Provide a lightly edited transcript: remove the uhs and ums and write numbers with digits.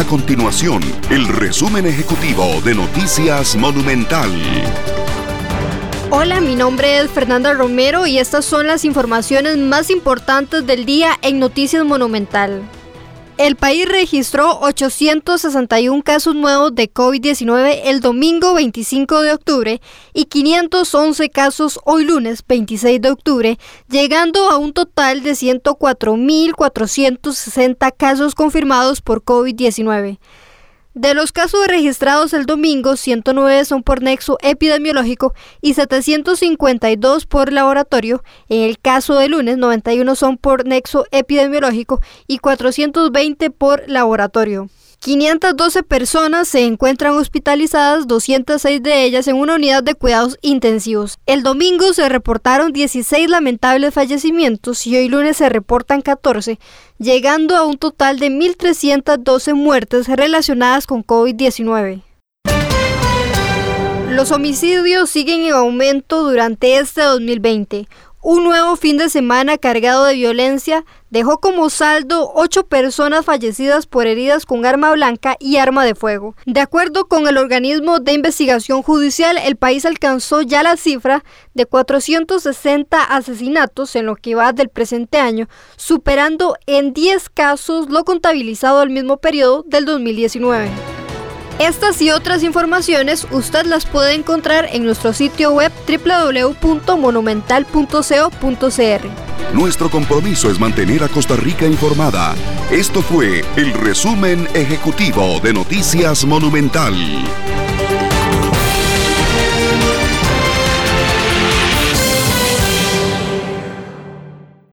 continuación el resumen ejecutivo de Noticias Monumental. Hola, mi nombre es Fernanda Romero y estas son las informaciones más importantes del día en Noticias Monumental. El país registró 861 casos nuevos de COVID-19 el domingo 25 de octubre y 511 casos hoy lunes 26 de octubre, llegando a un total de 104.460 casos confirmados por COVID-19. De los casos registrados el domingo, 109 son por nexo epidemiológico y 752 por laboratorio. En el caso de lunes, 91 son por nexo epidemiológico y 420 por laboratorio. 512 personas se encuentran hospitalizadas, 206 de ellas en una unidad de cuidados intensivos. El domingo se reportaron 16 lamentables fallecimientos y hoy lunes se reportan 14, llegando a un total de 1.312 muertes relacionadas con COVID-19. Los homicidios siguen en aumento durante este 2020. Un nuevo fin de semana cargado de violencia dejó como saldo 8 personas fallecidas por heridas con arma blanca y arma de fuego. De acuerdo con el organismo de investigación judicial, el país alcanzó ya la cifra de 460 asesinatos en lo que va del presente año, superando en 10 casos lo contabilizado al mismo periodo del 2019. Estas y otras informaciones usted las puede encontrar en nuestro sitio web www.monumental.co.cr. Nuestro compromiso es mantener a Costa Rica informada. Esto fue el resumen ejecutivo de Noticias Monumental.